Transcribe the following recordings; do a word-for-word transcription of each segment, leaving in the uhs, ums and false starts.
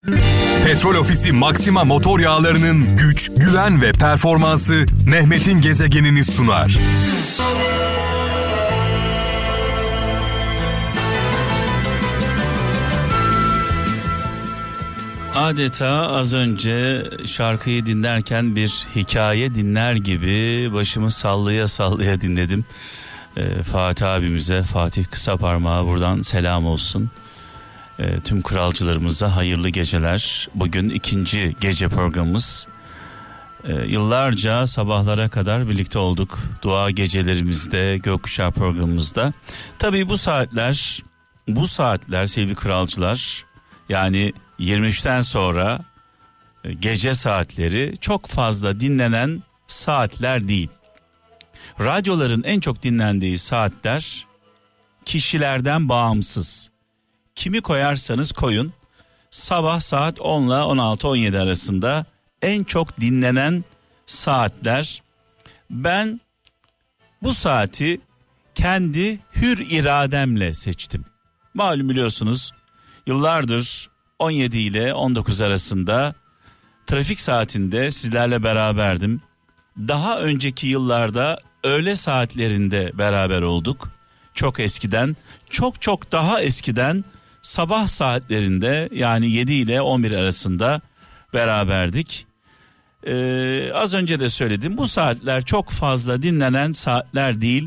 Petrol Ofisi Maxima motor yağlarının güç, güven ve performansı Mehmet'in gezegenini sunar. Adeta az önce şarkıyı dinlerken bir hikaye dinler gibi başımı sallaya sallaya dinledim. Ee, Fatih abimize, Fatih Kısaparmak'a buradan selam olsun. Ee, tüm kralcılarımıza hayırlı geceler. Bugün ikinci gece programımız. Ee, yıllarca sabahlara kadar birlikte olduk. Dua gecelerimizde, Gökkuşağı programımızda. Tabii bu saatler, bu saatler sevgili kralcılar, yani yirmi üçten sonra gece saatleri çok fazla dinlenen saatler değil. Radyoların en çok dinlendiği saatler kişilerden bağımsız. Kimi koyarsanız koyun, sabah saat on ile on altı on yedi arasında en çok dinlenen saatler. Ben bu saati kendi hür irademle seçtim. Malum biliyorsunuz yıllardır on yedi ile on dokuz arasında trafik saatinde sizlerle beraberdim. Daha önceki yıllarda öğle saatlerinde beraber olduk. Çok eskiden, çok çok daha eskiden sabah saatlerinde, yani yedi ile on bir arasında beraberdik. Ee, az önce de söyledim, bu saatler çok fazla dinlenen saatler değil.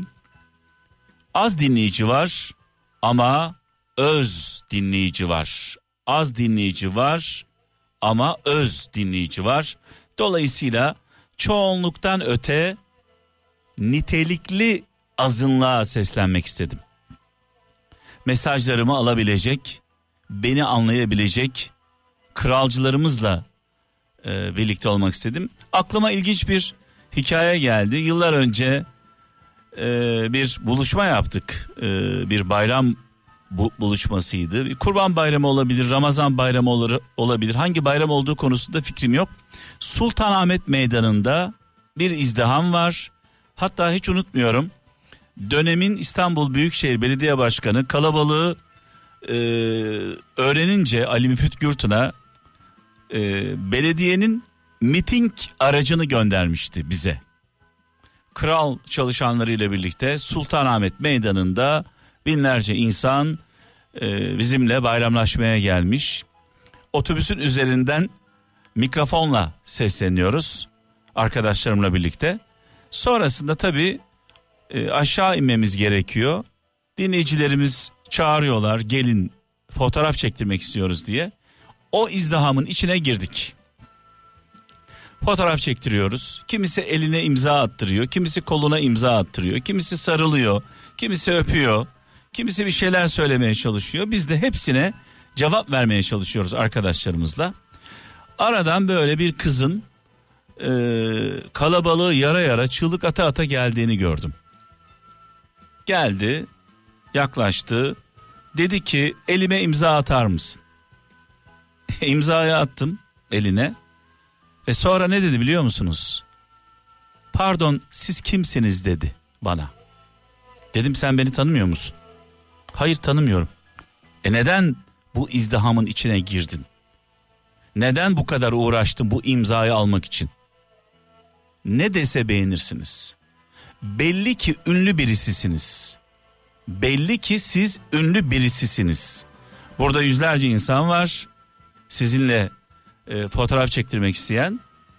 Az dinleyici var ama öz dinleyici var. Az dinleyici var ama öz dinleyici var. Dolayısıyla çoğunluktan öte nitelikli azınlığa seslenmek istedim. Mesajlarımı alabilecek, beni anlayabilecek kralcılarımızla e, birlikte olmak istedim. Aklıma ilginç bir hikaye geldi. Yıllar önce e, bir buluşma yaptık. E, bir bayram bu, buluşmasıydı. Bir Kurban Bayramı olabilir, Ramazan Bayramı olur, olabilir. Hangi bayram olduğu konusunda fikrim yok. Sultanahmet Meydanı'nda bir izdiham var. Hatta hiç unutmuyorum. Dönemin İstanbul Büyükşehir Belediye Başkanı kalabalığı e, öğrenince Ali Müfit Gürtün'e e, belediyenin miting aracını göndermişti bize. Kral çalışanlarıyla birlikte Sultanahmet Meydanı'nda binlerce insan e, bizimle bayramlaşmaya gelmiş. Otobüsün üzerinden mikrofonla sesleniyoruz arkadaşlarımla birlikte. Sonrasında tabii e, aşağı inmemiz gerekiyor. Dinleyicilerimiz çağırıyorlar, gelin fotoğraf çektirmek istiyoruz diye. O izdihamın içine girdik. Fotoğraf çektiriyoruz. Kimisi eline imza attırıyor, kimisi koluna imza attırıyor, kimisi sarılıyor, kimisi öpüyor, kimisi bir şeyler söylemeye çalışıyor. Biz de hepsine cevap vermeye çalışıyoruz arkadaşlarımızla. Aradan böyle bir kızın e, kalabalığı yara yara çığlık ata ata geldiğini gördüm. Geldi, yaklaştı, dedi ki elime imza atar mısın? İmzayı attım eline ve sonra ne dedi biliyor musunuz? Pardon, siz kimsiniz dedi bana. Dedim sen beni tanımıyor musun? Hayır, tanımıyorum. E neden bu izdihamın içine girdin? Neden bu kadar uğraştın bu imzayı almak için? Ne dese beğenirsiniz. Belli ki ünlü birisisiniz. Belli ki siz ünlü birisisiniz. Burada yüzlerce insan var. Sizinle e, fotoğraf çektirmek isteyen.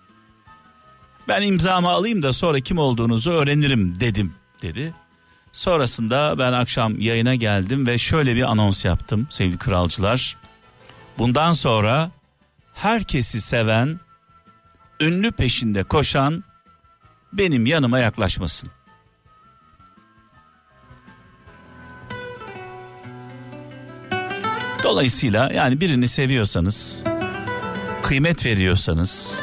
Ben imzamı alayım da sonra kim olduğunuzu öğrenirim dedim dedi. Sonrasında ben akşam yayına geldim ve şöyle bir anons yaptım sevgili kralcılar. Bundan sonra herkesi seven, ünlü peşinde koşan benim yanıma yaklaşmasın. Dolayısıyla yani birini seviyorsanız, kıymet veriyorsanız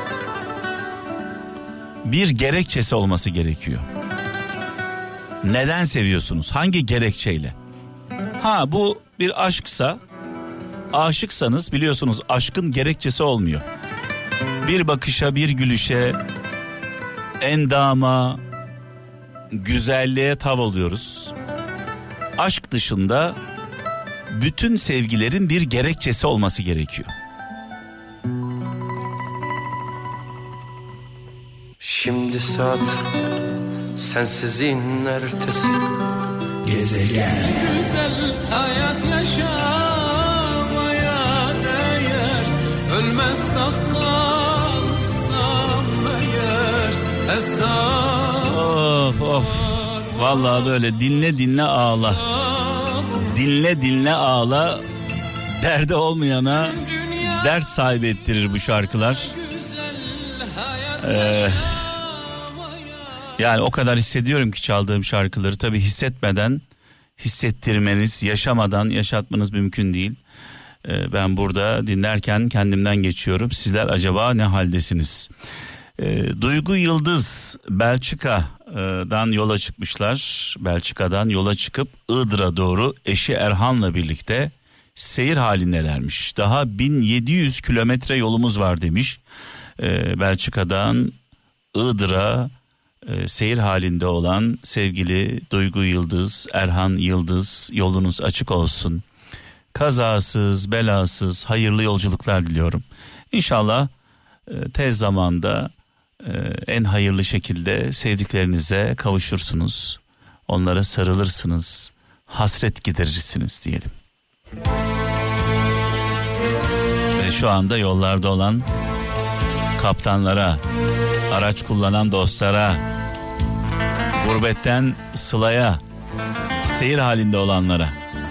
bir gerekçesi olması gerekiyor. Neden seviyorsunuz? Hangi gerekçeyle? Ha, bu bir aşksa, aşıksanız biliyorsunuz aşkın gerekçesi olmuyor. Bir bakışa, bir gülüşe, endama, güzelliğe tav oluyoruz. Aşk dışında bütün sevgilerin bir gerekçesi olması gerekiyor. Şimdi saat sensizin ertesi. Gezegen. Güzel hayat yaşamaya değer. Ölmezsek kalsam eğer hesap. Of of. Vallahi böyle dinle dinle ağla. Dinle dinle ağla. Derde olmayana dert sahibi ettirir bu şarkılar. Ee, yani o kadar hissediyorum ki çaldığım şarkıları. Tabii hissetmeden hissettirmeniz, yaşamadan yaşatmanız mümkün değil. Ee, ben burada dinlerken kendimden geçiyorum. Sizler acaba ne haldesiniz? Ee, Duygu Yıldız Belçika'dan yola çıkmışlar. Belçika'dan yola çıkıp Iğdır'a doğru eşi Erhan'la birlikte seyir halindelermiş. Daha bin yedi yüz kilometre yolumuz var demiş. Ee, Belçika'dan Iğdır'a e, seyir halinde olan sevgili Duygu Yıldız, Erhan Yıldız, yolunuz açık olsun. Kazasız, belasız, hayırlı yolculuklar diliyorum. İnşallah e, tez zamanda e, en hayırlı şekilde sevdiklerinize kavuşursunuz. Onlara sarılırsınız, hasret giderirsiniz diyelim. Ve şu anda yollarda olan kaptanlara, araç kullanan dostlara, gurbetten sılaya, seyir halinde olanlara,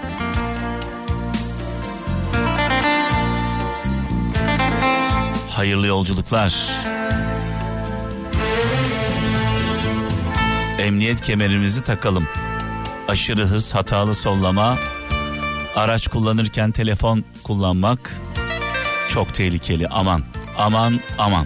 hayırlı yolculuklar. Emniyet kemerimizi takalım. Aşırı hız, hatalı sollama, araç kullanırken telefon kullanmak çok tehlikeli. Aman, aman, aman.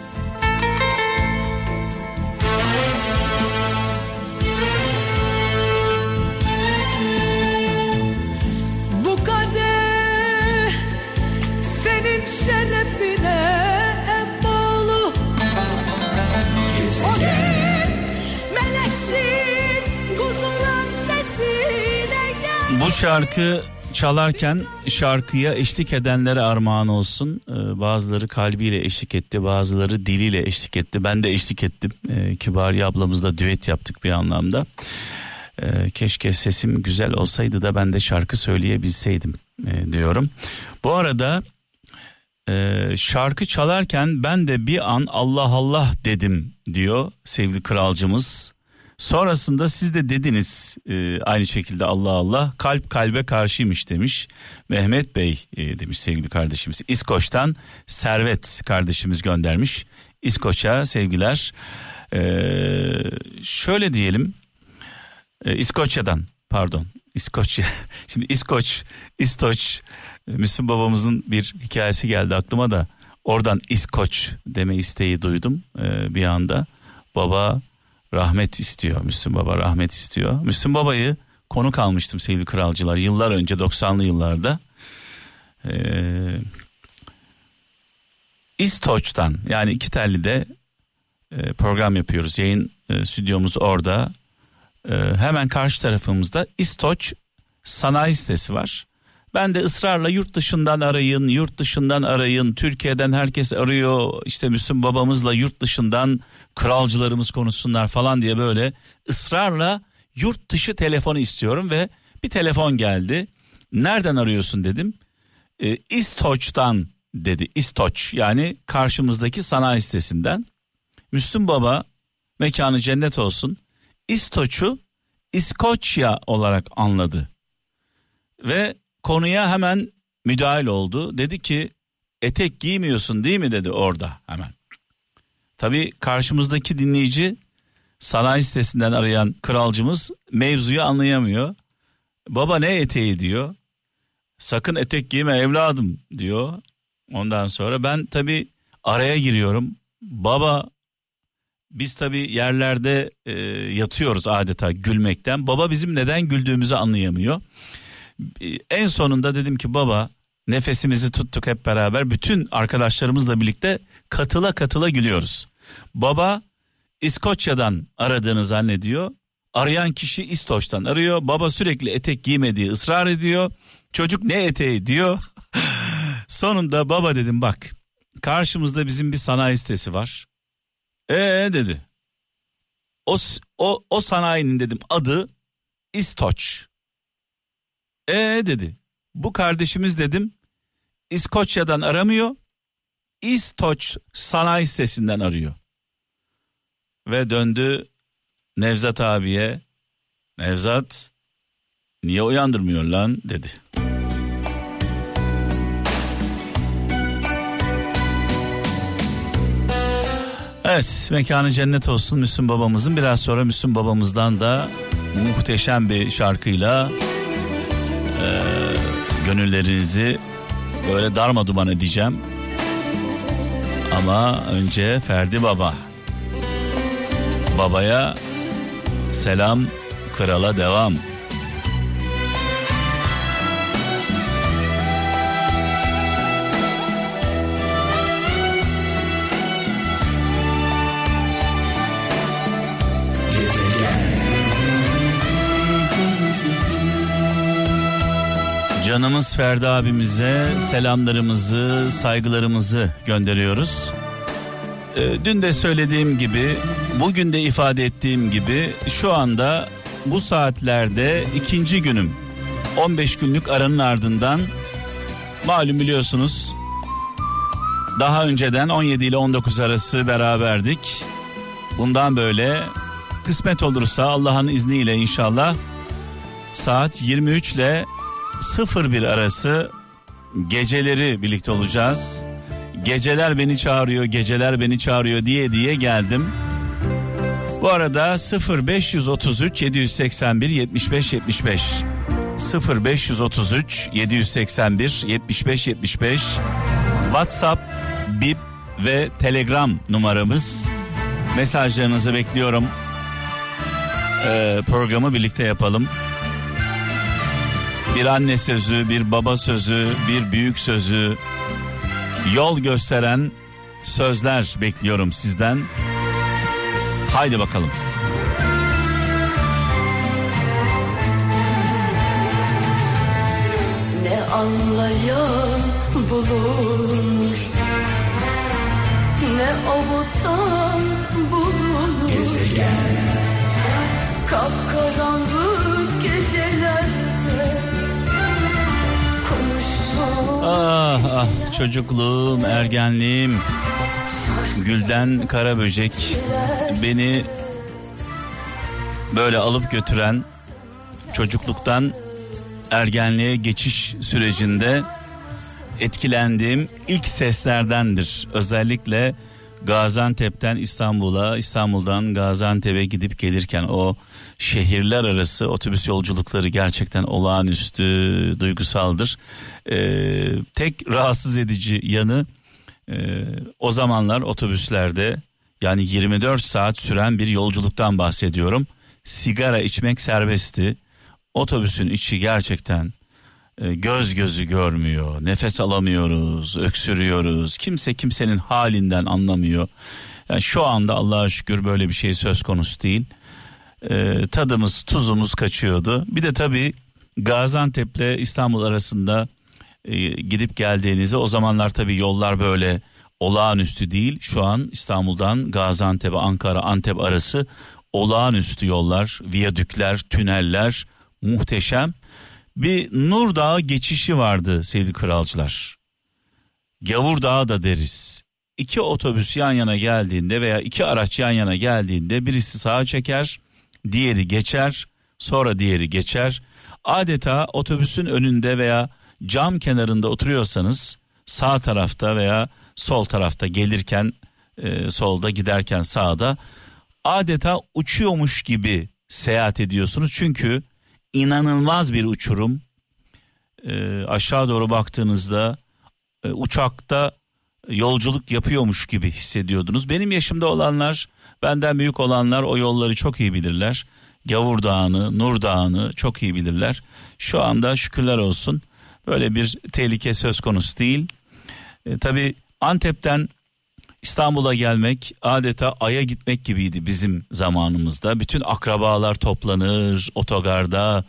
Bu kadeh senin şerefine emalı. Gezegen. Meleşin kuzular sesine gel. Bu şarkı çalarken şarkıya eşlik edenlere armağan olsun. Ee, bazıları kalbiyle eşlik etti, bazıları diliyle eşlik etti. Ben de eşlik ettim. Ee, Kibariye ablamızla düet yaptık bir anlamda. Ee, keşke sesim güzel olsaydı da ben de şarkı söyleyebilseydim e, diyorum. Bu arada e, şarkı çalarken ben de bir an Allah Allah dedim diyor sevgili kralcımız. Sonrasında siz de dediniz e, aynı şekilde Allah Allah, kalp kalbe karşıymış demiş Mehmet Bey e, demiş sevgili kardeşimiz. İskoç'tan Servet kardeşimiz göndermiş. İskoç'a sevgiler. E, şöyle diyelim, e, İskoçya'dan pardon İskoçya şimdi İskoç, İstoç, e, Müslüm babamızın bir hikayesi geldi aklıma da oradan İskoç deme isteği duydum e, bir anda. Baba rahmet istiyor, Müslüm Baba rahmet istiyor. Müslüm Baba'yı konuk almıştım sevgili kralcılar yıllar önce, doksanlı yıllarda. Ee, İstoç'tan, yani İkitelli'de e, program yapıyoruz. Yayın e, stüdyomuz orada. E, hemen karşı tarafımızda İstoç sanayi sitesi var. Ben de ısrarla yurt dışından arayın, yurt dışından arayın. Türkiye'den herkes arıyor. İşte Müslüm babamızla yurt dışından kralcılarımız konuşsunlar falan diye böyle ısrarla yurt dışı telefonu istiyorum ve bir telefon geldi. Nereden arıyorsun dedim. E, İstoç'tan dedi. İstoç, yani karşımızdaki sanayi sitesinden. Müslüm Baba mekanı cennet olsun, İstoç'u İskoçya olarak anladı. Ve konuya hemen müdahil oldu. Dedi ki etek giymiyorsun değil mi dedi orada hemen. Tabii karşımızdaki dinleyici, sanayi sitesinden arayan kralcımız mevzuyu anlayamıyor. Baba ne eteği diyor. Sakın etek giyme evladım diyor. Ondan sonra ben tabii araya giriyorum. Baba, biz tabii yerlerde e, yatıyoruz adeta gülmekten. Baba bizim neden güldüğümüzü anlayamıyor. En sonunda dedim ki baba, nefesimizi tuttuk hep beraber, bütün arkadaşlarımızla birlikte katıla katıla gülüyoruz. Baba İskoçya'dan aradığını zannediyor. Arayan kişi İstoç'tan arıyor. Baba sürekli etek giymediği ısrar ediyor. Çocuk ne eteği diyor. Sonunda baba dedim bak, karşımızda bizim bir sanayi sitesi var. Ee dedi. O, o, o sanayinin dedim adı İstoç. E dedi. Bu kardeşimiz dedim İskoçya'dan aramıyor. İstoç sanayi sitesinden arıyor. Ve döndü Nevzat abiye. Nevzat niye uyandırmıyor lan dedi. Evet, mekanı cennet olsun Müslüm babamızın. Biraz sonra Müslüm babamızdan da muhteşem bir şarkıyla e, gönüllerinizi böyle darmaduman edeceğim. Ama önce Ferdi Baba. Babaya selam, krala devam. Canımız Ferdi abimize selamlarımızı, saygılarımızı gönderiyoruz. Ee, dün de söylediğim gibi, bugün de ifade ettiğim gibi şu anda bu saatlerde ikinci günüm. on beş günlük aranın ardından malum biliyorsunuz daha önceden on yedi ile on dokuz arası beraberdik. Bundan böyle kısmet olursa Allah'ın izniyle inşallah saat yirmi üç ile sıfır bir arası geceleri birlikte olacağız. Geceler beni çağırıyor, geceler beni çağırıyor diye diye geldim. Bu arada sıfır beş otuz üç yedi seksen bir yetmiş beş yetmiş beş sıfır beş otuz üç yedi seksen bir yetmiş beş yetmiş beş WhatsApp, Bip ve Telegram numaramız. Mesajlarınızı bekliyorum. Ee, programı birlikte yapalım. Bir anne sözü, bir baba sözü, bir büyük sözü, yol gösteren sözler bekliyorum sizden. Haydi bakalım. Ne anlayan bulunur, ne avutan bulunur. Gezegen. Kapkaranlık gecelerde konuştum. Ah ah çocukluğum, ergenliğim, gülden kara böcek, beni böyle alıp götüren çocukluktan ergenliğe geçiş sürecinde etkilendiğim ilk seslerdendir. Özellikle Gaziantep'ten İstanbul'a, İstanbul'dan Gaziantep'e gidip gelirken o şehirler arası otobüs yolculukları gerçekten olağanüstü duygusaldır. Ee, tek rahatsız edici yanı e, o zamanlar otobüslerde, yani yirmi dört saat süren bir yolculuktan bahsediyorum. Sigara içmek serbestti. Otobüsün içi gerçekten e, göz gözü görmüyor. Nefes alamıyoruz, öksürüyoruz. Kimse kimsenin halinden anlamıyor. Yani şu anda Allah'a şükür böyle bir şey söz konusu değil. E, tadımız, tuzumuz kaçıyordu. Bir de tabii Gaziantep'le İstanbul arasında e, gidip geldiğinizde, o zamanlar tabii yollar böyle olağanüstü değil. Şu an İstanbul'dan Gaziantep'e, Ankara, Antep arası olağanüstü yollar, viyadükler, tüneller, muhteşem. Bir Nur Dağı geçişi vardı sevgili kralcılar. Gavur Dağı da deriz. İki otobüs yan yana geldiğinde veya iki araç yan yana geldiğinde birisi sağa çeker, diğeri geçer, sonra diğeri geçer. Adeta otobüsün önünde veya cam kenarında oturuyorsanız sağ tarafta veya sol tarafta, gelirken e, solda, giderken sağda, adeta uçuyormuş gibi seyahat ediyorsunuz. Çünkü inanılmaz bir uçurum. E, aşağı doğru baktığınızda e, uçakta yolculuk yapıyormuş gibi hissediyordunuz. Benim yaşımda olanlar, benden büyük olanlar o yolları çok iyi bilirler. Gavur Dağı'nı, Nur Dağı'nı çok iyi bilirler. Şu anda şükürler olsun böyle bir tehlike söz konusu değil. E, tabii Antep'ten İstanbul'a gelmek adeta Ay'a gitmek gibiydi bizim zamanımızda. Bütün akrabalar toplanır otogarda,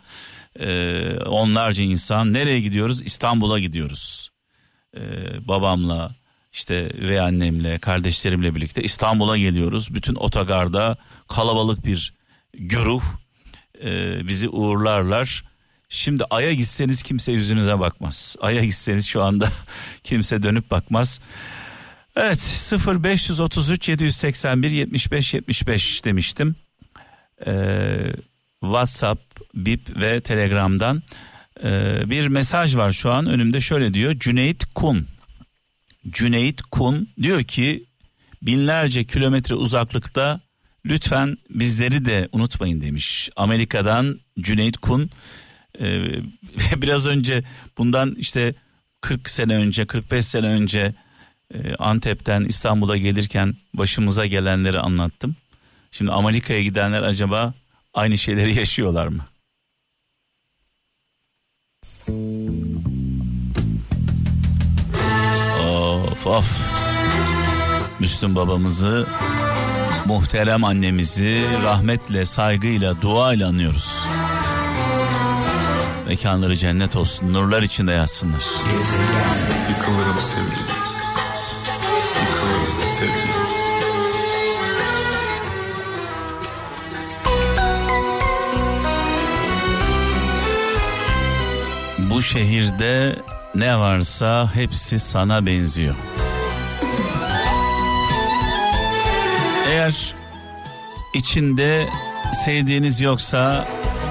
e, onlarca insan. Nereye gidiyoruz? İstanbul'a gidiyoruz. E, babamla, işte ve annemle, kardeşlerimle birlikte İstanbul'a geliyoruz. Bütün otogarda kalabalık bir güruh e, bizi uğurlarlar. Şimdi Ay'a gitseniz kimse yüzünüze bakmaz. Ay'a gitseniz şu anda kimse dönüp bakmaz. Evet, sıfır beş üç üç yedi seksen bir yetmiş beş yetmiş beş demiştim. Ee, WhatsApp, Bip ve Telegram'dan ee, bir mesaj var şu an önümde, şöyle diyor. Cüneyt Kun. Cüneyt Kun diyor ki binlerce kilometre uzaklıkta lütfen bizleri de unutmayın demiş. Amerika'dan Cüneyt Kun. Ee, biraz önce bundan işte kırk sene önce, kırk beş sene önce e, Antep'ten İstanbul'a gelirken başımıza gelenleri anlattım. Şimdi Amerika'ya gidenler acaba aynı şeyleri yaşıyorlar mı? Of of. Müslüm babamızı, muhterem annemizi rahmetle, saygıyla, duayla anıyoruz. Mekanları cennet olsun, nurlar içinde yatsınlar. Yıkılırım sevgilim, yıkılırım sevgilim. Bu şehirde ne varsa hepsi sana benziyor. Eğer içinde sevdiğiniz yoksa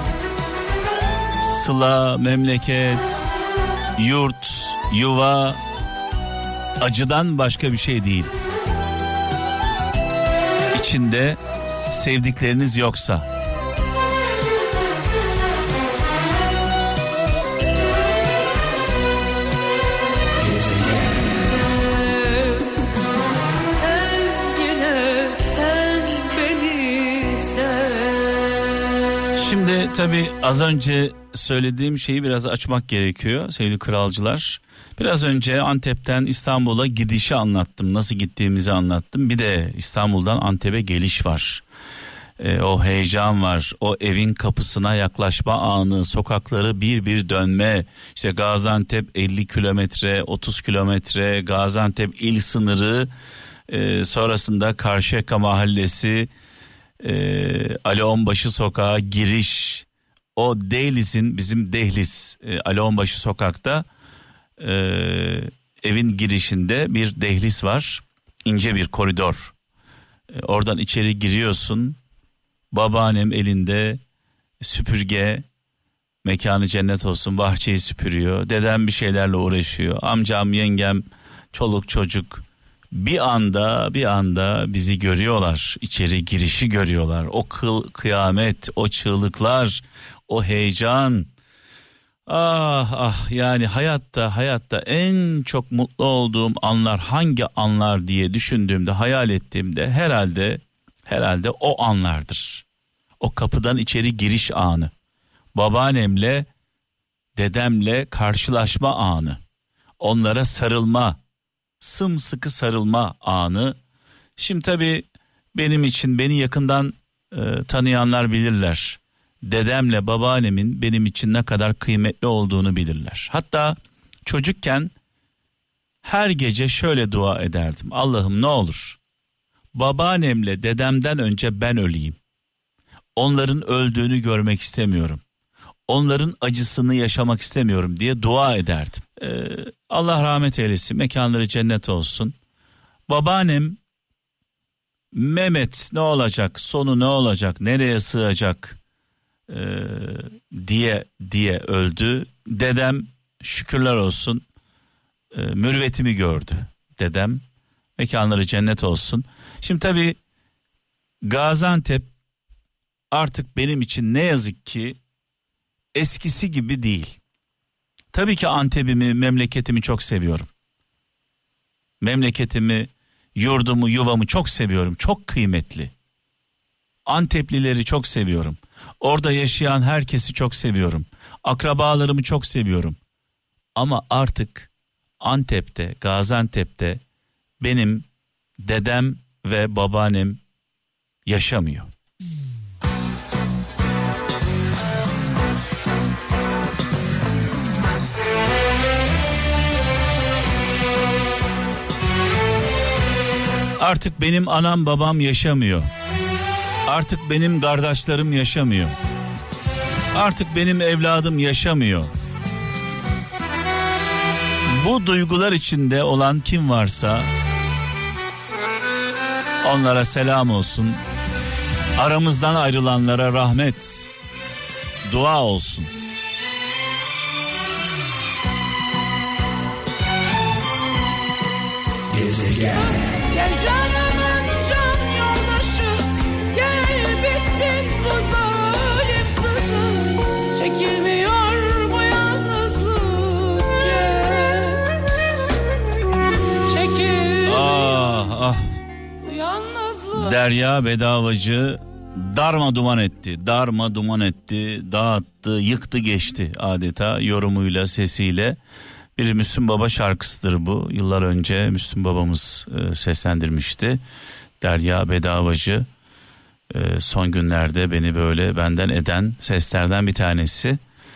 sıla, memleket, yurt, yuva acıdan başka bir şey değil. İçinde sevdikleriniz yoksa. Şimdi tabii az önce söylediğim şeyi biraz açmak gerekiyor sevgili kralcılar. Biraz önce Antep'ten İstanbul'a gidişi anlattım. Nasıl gittiğimizi anlattım. Bir de İstanbul'dan Antep'e geliş var. Ee, o heyecan var. O evin kapısına yaklaşma anı, sokakları bir bir dönme. İşte Gaziantep elli kilometre, otuz kilometre, Gaziantep il sınırı, e, sonrasında Karşıyaka mahallesi, e, Ali Onbaşı sokağa giriş. O Dehliz'in, bizim Dehliz, e, Ali Onbaşı sokakta e, evin girişinde bir dehliz var. İnce bir koridor. E, oradan içeri giriyorsun. Babaannem elinde süpürge, mekanı cennet olsun, bahçeyi süpürüyor. Dedem bir şeylerle uğraşıyor. Amcam, yengem, çoluk çocuk bir anda bir anda bizi görüyorlar. İçeri girişi görüyorlar. O kıl, kıyamet, o çığlıklar, o heyecan. Ah ah, yani hayatta hayatta en çok mutlu olduğum anlar hangi anlar diye düşündüğümde, hayal ettiğimde herhalde herhalde o anlardır. O kapıdan içeri giriş anı. Babaannemle, dedemle karşılaşma anı. Onlara sarılma, sımsıkı sarılma anı. Şimdi tabii benim için, beni yakından e, tanıyanlar bilirler. Dedemle babaannemin benim için ne kadar kıymetli olduğunu bilirler. Hatta çocukken her gece şöyle dua ederdim. Allah'ım ne olur babaannemle dedemden önce ben öleyim. Onların öldüğünü görmek istemiyorum. Onların acısını yaşamak istemiyorum diye dua ederdim. Ee, Allah rahmet eylesin, mekanları cennet olsun. Babaannem Mehmet ne olacak, sonu ne olacak, nereye sığacak e, diye diye öldü. Dedem şükürler olsun e, mürüvvetimi gördü. Dedem, mekanları cennet olsun. Şimdi tabii Gaziantep artık benim için ne yazık ki eskisi gibi değil. Tabii ki Antep'imi, memleketimi çok seviyorum. Memleketimi, yurdumu, yuvamı çok seviyorum. Çok kıymetli. Anteplileri çok seviyorum. Orada yaşayan herkesi çok seviyorum. Akrabalarımı çok seviyorum. Ama artık Antep'te, Gaziantep'te benim dedem ve babaannem yaşamıyor. Artık benim anam babam yaşamıyor. Artık benim kardeşlerim yaşamıyor. Artık benim evladım yaşamıyor. Bu duygular içinde olan kim varsa onlara selam olsun. Aramızdan ayrılanlara rahmet, dua olsun. Gezegen. Gel canımın can yoldaşı, gel bitsin bu zalim sızı. Çekilmiyor bu yalnızlık, gel. Çekil. Ah ah. Bu yalnızlık. Derya Bedavacı darma duman etti, darma duman etti, dağıttı, yıktı geçti adeta yorumuyla, sesiyle. Bir Müslüm Baba şarkısıdır bu. Yıllar önce Müslüm Babamız e, seslendirmişti. Derya Bedavacı e, son günlerde beni böyle benden eden seslerden bir tanesi.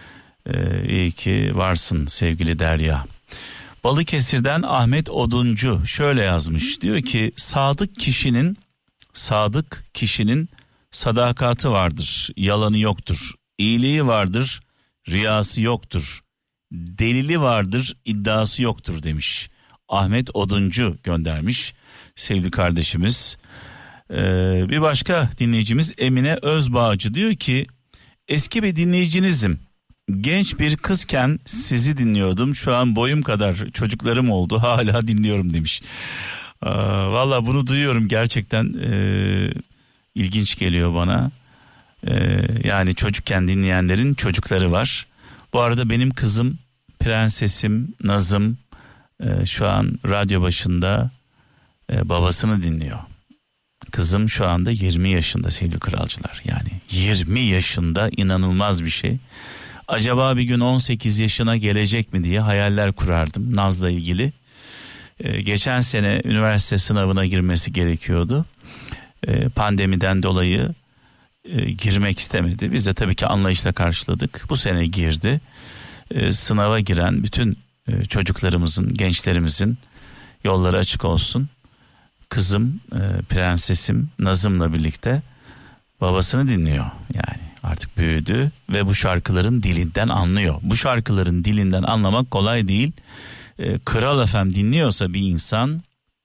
E, iyi ki varsın sevgili Derya. Balıkesir'den Ahmet Oduncu şöyle yazmış. Diyor ki sadık kişinin sadık kişinin sadakati vardır, yalanı yoktur. İyiliği vardır, riyası yoktur. Delili vardır, iddiası yoktur demiş. Ahmet Oduncu göndermiş sevgili kardeşimiz. Ee, bir başka dinleyicimiz Emine Özbağcı diyor ki eski bir dinleyicinizim. Genç bir kızken sizi dinliyordum. Şu an boyum kadar çocuklarım oldu. Hala dinliyorum demiş. Ee, Valla bunu duyuyorum gerçekten e, ilginç geliyor bana. E, yani çocukken dinleyenlerin çocukları var. Bu arada benim kızım prensesim Nazım e, şu an radyo başında e, babasını dinliyor. Kızım şu anda yirmi yaşında sevgili kralcılar. Yani yirmi yaşında, inanılmaz bir şey. Acaba bir gün on sekiz yaşına gelecek mi diye hayaller kurardım Naz'la ilgili. Ee, geçen sene üniversite sınavına girmesi gerekiyordu. Ee, pandemiden dolayı e, girmek istemedi. Biz de tabii ki anlayışla karşıladık. Bu sene girdi. Ee, sınava giren bütün e, çocuklarımızın, gençlerimizin yolları açık olsun. Kızım, e, prensesim Nazım'la birlikte babasını dinliyor yani. Artık büyüdü ve bu şarkıların dilinden anlıyor. Bu şarkıların dilinden anlamak kolay değil. Ee, Kral F M dinliyorsa bir insan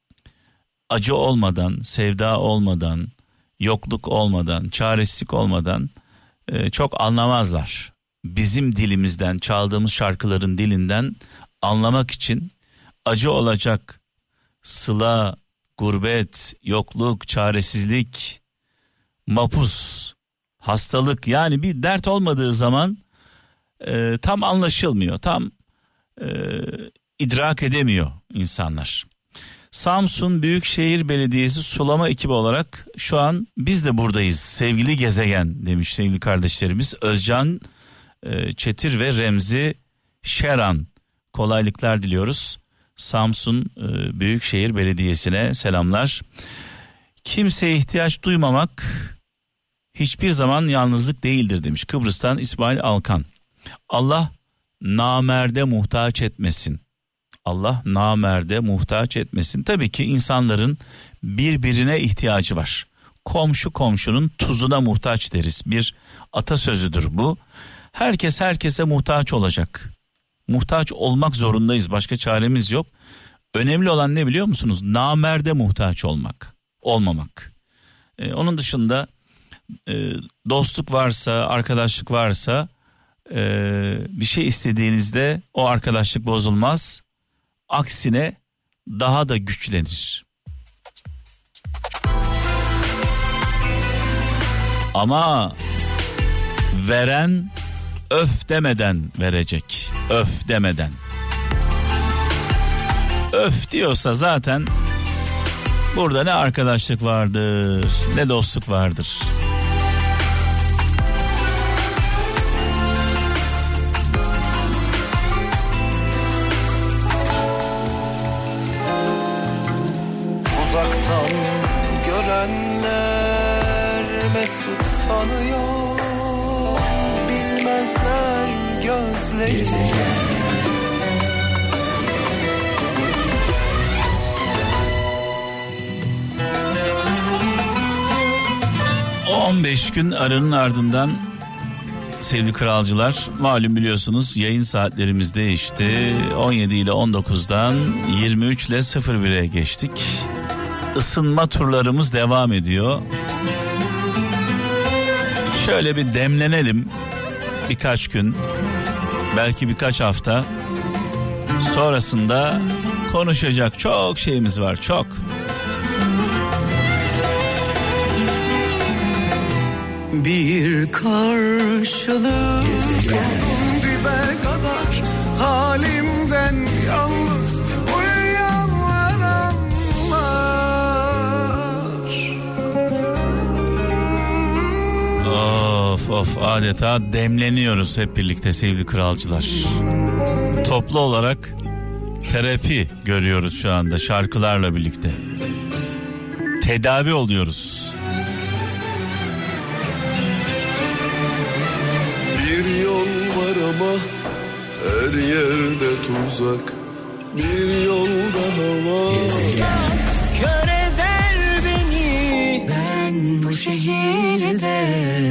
acı olmadan, sevda olmadan, yokluk olmadan, çaresizlik olmadan e, çok anlamazlar. Bizim dilimizden, çaldığımız şarkıların dilinden anlamak için acı olacak, sıla, gurbet, yokluk, çaresizlik, mapus, hastalık, yani bir dert olmadığı zaman e, tam anlaşılmıyor, tam e, idrak edemiyor insanlar. Samsun Büyükşehir Belediyesi sulama ekibi olarak şu an biz de buradayız sevgili gezegen demiş sevgili kardeşlerimiz Özcan e, Çetir ve Remzi Şeran. Kolaylıklar diliyoruz. Samsun e, Büyükşehir Belediyesi'ne selamlar. Kimseye ihtiyaç duymamak hiçbir zaman yalnızlık değildir demiş Kıbrıs'tan İsmail Alkan. Allah namerde muhtaç etmesin. Allah namerde muhtaç etmesin. Tabii ki insanların birbirine ihtiyacı var. Komşu komşunun tuzuna muhtaç deriz. Bir atasözüdür bu. Herkes herkese muhtaç olacak. Muhtaç olmak zorundayız. Başka çaremiz yok. Önemli olan ne biliyor musunuz? Namerde muhtaç olmak, olmamak. Ee, onun dışında e, dostluk varsa, arkadaşlık varsa e, bir şey istediğinizde o arkadaşlık bozulmaz. Aksine daha da güçlenir. Ama veren öf demeden verecek. Öf demeden. Öf diyorsa zaten burada ne arkadaşlık vardır, ne dostluk vardır. Uzaktan görenler mesut sanıyor, bilmezler gözleri. on beş gün aranın ardından sevgili kralcılar, malum biliyorsunuz yayın saatlerimiz değişti. on yedi ile on dokuzdan yirmi üç ile sıfır bire geçtik. Isınma turlarımız devam ediyor. Şöyle bir demlenelim birkaç gün, belki birkaç hafta. Sonrasında konuşacak çok şeyimiz var, çok. Bir karşılık dibe kadar halimden yalnız uyuyanlar anlar. Of of, adeta demleniyoruz hep birlikte sevgili kralcılar. Toplu olarak terapi görüyoruz şu anda şarkılarla birlikte. Tedavi oluyoruz. Bir yol var ama her yerde tuzak. Bir yol daha var. Kör eder beni ben bu şehirde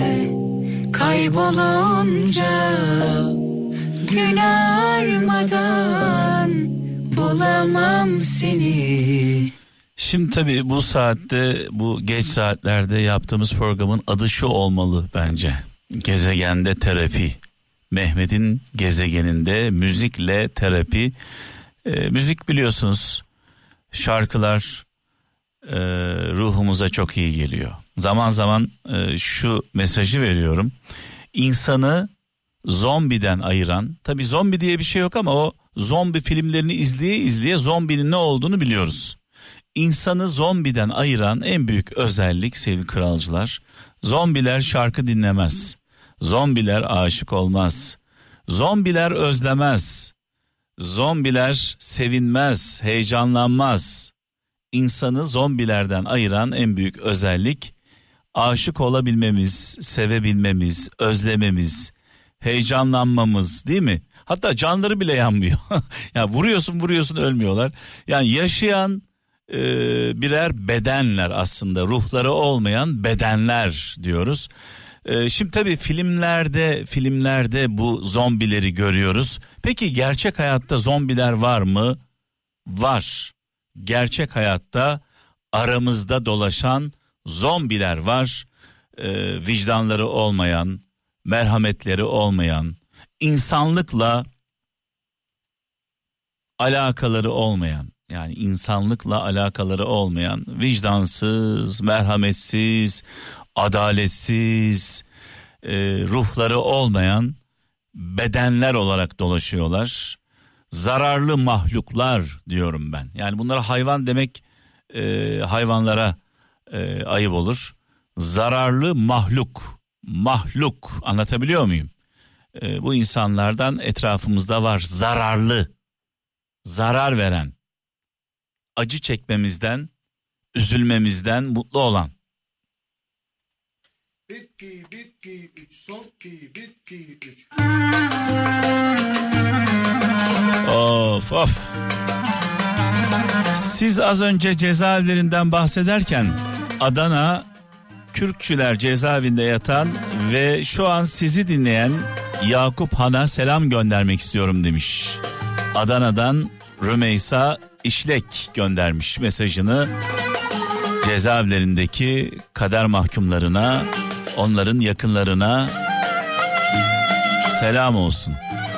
kaybolunca gün armadan bulamam seni. Şimdi tabii bu saatte, bu geç saatlerde yaptığımız programın adı şu olmalı bence. Gezegende terapi. Mehmet'in gezegeninde müzikle terapi. E, müzik biliyorsunuz, şarkılar e, ruhumuza çok iyi geliyor. Zaman zaman e, şu mesajı veriyorum. İnsanı zombiden ayıran, tabii zombi diye bir şey yok ama o zombi filmlerini izleye izleye zombinin ne olduğunu biliyoruz. İnsanı zombiden ayıran en büyük özellik sevgili kralcılar, zombiler şarkı dinlemez. Zombiler aşık olmaz. Zombiler özlemez. Zombiler sevinmez, heyecanlanmaz. İnsanı zombilerden ayıran en büyük özellik aşık olabilmemiz, sevebilmemiz, özlememiz, heyecanlanmamız, değil mi? Hatta canları bile yanmıyor. Yani vuruyorsun vuruyorsun ölmüyorlar. Yani yaşayan e, birer bedenler aslında, ruhları olmayan bedenler diyoruz. E, şimdi tabii filmlerde filmlerde bu zombileri görüyoruz. Peki gerçek hayatta zombiler var mı? Var. Gerçek hayatta aramızda dolaşan zombiler var. E, vicdanları olmayan, merhametleri olmayan, insanlıkla alakaları olmayan, yani insanlıkla alakaları olmayan, vicdansız, merhametsiz, adaletsiz, e, ruhları olmayan bedenler olarak dolaşıyorlar. Zararlı mahluklar diyorum ben. Yani bunlara hayvan demek e, hayvanlara e, ayıp olur. Zararlı mahluk, mahluk, anlatabiliyor muyum? E, bu insanlardan etrafımızda var, zararlı, zarar veren, acı çekmemizden, üzülmemizden mutlu olan. Bir, iki, bir, iki, üç, son, iki, bir, iki, üç. Of of. Siz az önce cezaevlerinden bahsederken Adana Kürkçüler cezaevinde yatan ve şu an sizi dinleyen Yakup Han'a selam göndermek istiyorum demiş. Adana'dan Rümeysa İşlek göndermiş mesajını cezaevlerindeki kader mahkumlarına, onların yakınlarına selam olsun.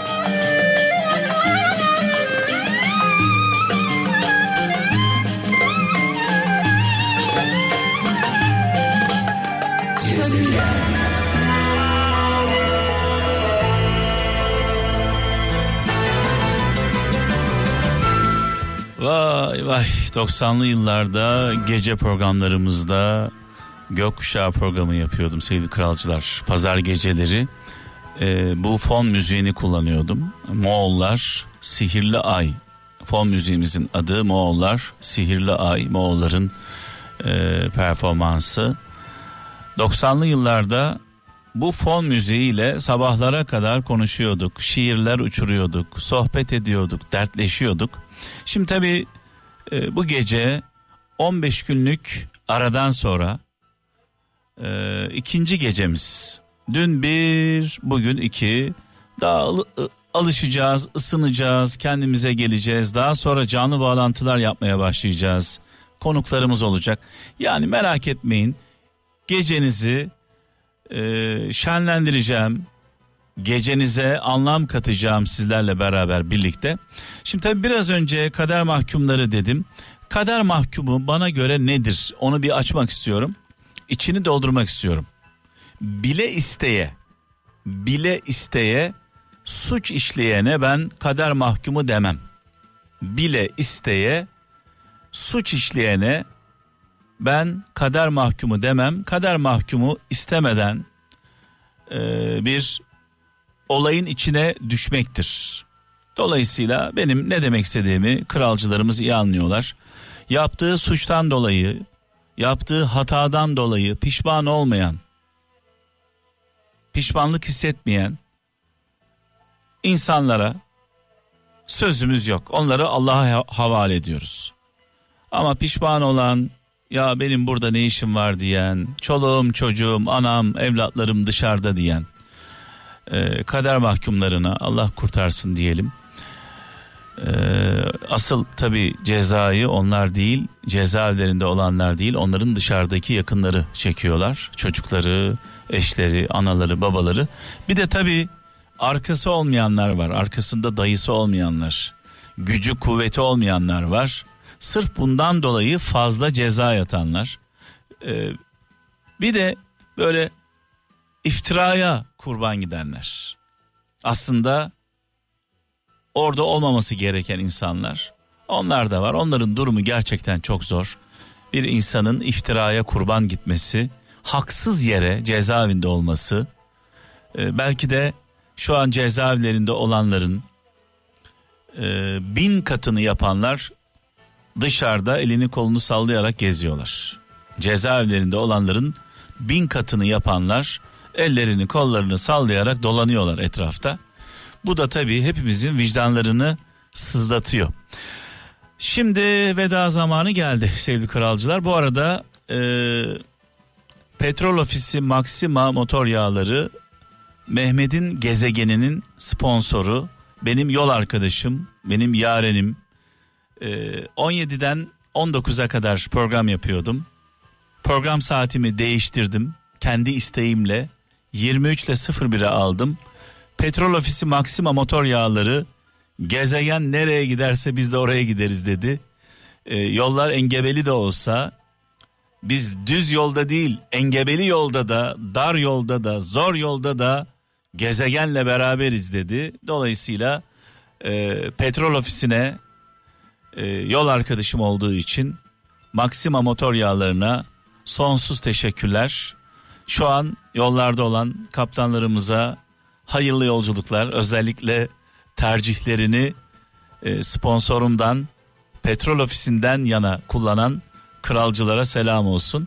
Vay vay, doksanlı yıllarda gece programlarımızda Gökkuşağı programı yapıyordum sevgili kralcılar. Pazar geceleri e, bu fon müziğini kullanıyordum. Moğollar Sihirli Ay, fon müziğimizin adı Moğollar Sihirli Ay, Moğolların e, performansı. doksanlı yıllarda bu fon müziğiyle sabahlara kadar konuşuyorduk, şiirler uçuruyorduk, sohbet ediyorduk, dertleşiyorduk. Şimdi tabii e, bu gece on beş günlük aradan sonra Ee, ikinci gecemiz. Dün bir, bugün iki. Daha al- alışacağız, ısınacağız, kendimize geleceğiz. Daha sonra canlı bağlantılar yapmaya başlayacağız. Konuklarımız olacak. Yani merak etmeyin. Gecenizi e, şenlendireceğim. Gecenize anlam katacağım sizlerle beraber birlikte. Şimdi tabii biraz önce kader mahkumları dedim. Kader mahkumu bana göre nedir? Onu bir açmak istiyorum. İçini doldurmak istiyorum. Bile isteye, bile isteye suç işleyene ben kader mahkumu demem. Bile isteye suç işleyene ben kader mahkumu demem. Kader mahkumu istemeden e, bir olayın içine düşmektir. Dolayısıyla benim ne demek istediğimi kralcılarımız iyi anlıyorlar. Yaptığı suçtan dolayı, yaptığı hatadan dolayı pişman olmayan, pişmanlık hissetmeyen insanlara sözümüz yok. Onları Allah'a havale ediyoruz. Ama pişman olan, ya benim burada ne işim var diyen, çoluğum, çocuğum, anam, evlatlarım dışarıda diyen e, kader mahkumlarına Allah kurtarsın diyelim. E, asıl tabii cezayı onlar değil, cezaevlerinde olanlar değil, onların dışarıdaki yakınları çekiyorlar. Çocukları, eşleri, anaları, babaları. Bir de tabii arkası olmayanlar var, arkasında dayısı olmayanlar, gücü kuvveti olmayanlar var. Sırf bundan dolayı fazla ceza yatanlar. Ee, bir de böyle iftiraya kurban gidenler. Aslında orada olmaması gereken insanlar. Onlar da var. Onların durumu gerçekten çok zor. Bir insanın iftiraya kurban gitmesi, haksız yere cezaevinde olması, e, belki de şu an cezaevlerinde olanların e, bin katını yapanlar dışarıda elini kolunu sallayarak geziyorlar. Cezaevlerinde olanların bin katını yapanlar ellerini kollarını sallayarak dolanıyorlar etrafta. Bu da tabii hepimizin vicdanlarını sızlatıyor. Şimdi veda zamanı geldi sevgili kralcılar. Bu arada e, Petrol Ofisi Maxima motor yağları Mehmet'in gezegeninin sponsoru, benim yol arkadaşım, benim yarenim. Ee, on yediden on dokuza kadar program yapıyordum. Program saatimi değiştirdim. Kendi isteğimle yirmi üç ile sıfır bire aldım. Petrol Ofisi Maxima motor yağları, gezegen nereye giderse biz de oraya gideriz dedi. Ee, yollar engebeli de olsa, biz düz yolda değil, engebeli yolda da, dar yolda da, zor yolda da gezegenle beraberiz dedi. Dolayısıyla e, Petrol Ofisi'ne e, yol arkadaşım olduğu için Maxima motor yağlarına sonsuz teşekkürler. Şu an yollarda olan kaptanlarımıza hayırlı yolculuklar. Özellikle tercihlerini e, sponsorumdan, Petrol Ofisi'nden yana kullanan kralcılara selam olsun.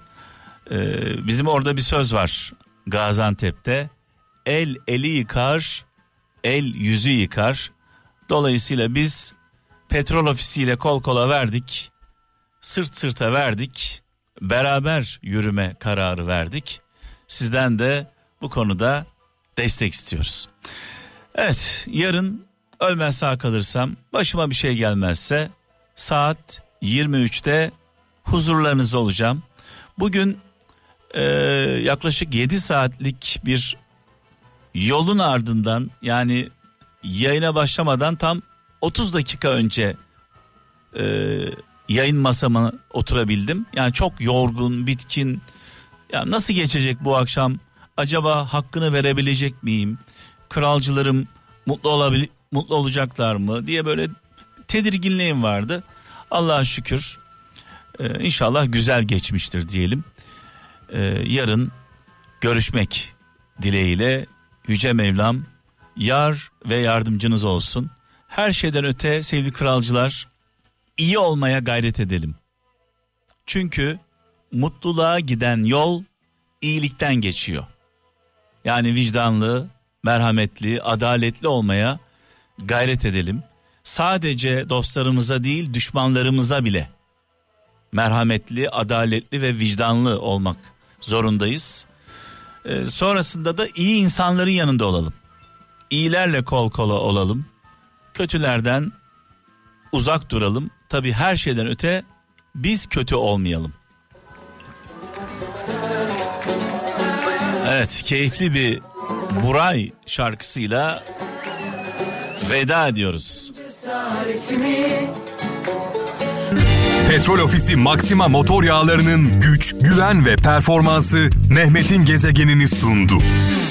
Ee, bizim orada bir söz var Gaziantep'te. El eli yıkar, el yüzü yıkar. Dolayısıyla biz Petrol Ofisi'yle kol kola verdik. Sırt sırta verdik. Beraber yürüme kararı verdik. Sizden de bu konuda destek istiyoruz. Evet, yarın ölmez sağ kalırsam, başıma bir şey gelmezse saat yirmi üçte huzurlarınızda olacağım. Bugün e, yaklaşık yedi saatlik bir yolun ardından, yani yayına başlamadan tam otuz dakika önce e, yayın masama oturabildim. Yani çok yorgun, bitkin. Ya nasıl geçecek bu akşam? Acaba hakkını verebilecek miyim? Kralcılarım mutlu olabil mutlu olacaklar mı diye böyle tedirginliğim vardı. Allah'a şükür. Ee, inşallah güzel geçmiştir diyelim. Ee, yarın görüşmek dileğiyle Yüce Mevlam yar ve yardımcınız olsun. Her şeyden öte sevgili kralcılar, iyi olmaya gayret edelim. Çünkü mutluluğa giden yol iyilikten geçiyor. Yani vicdanlı, merhametli, adaletli olmaya gayret edelim. Sadece dostlarımıza değil, düşmanlarımıza bile merhametli, adaletli ve vicdanlı olmak zorundayız. Ee, sonrasında da iyi insanların yanında olalım. İyilerle kol kola olalım. Kötülerden uzak duralım. Tabii her şeyden öte biz kötü olmayalım. Evet, keyifli bir Buray şarkısıyla veda ediyoruz. Petrol Ofisi Maxima motor yağlarının güç, güven ve performansı Mehmet'in gezegenini sundu.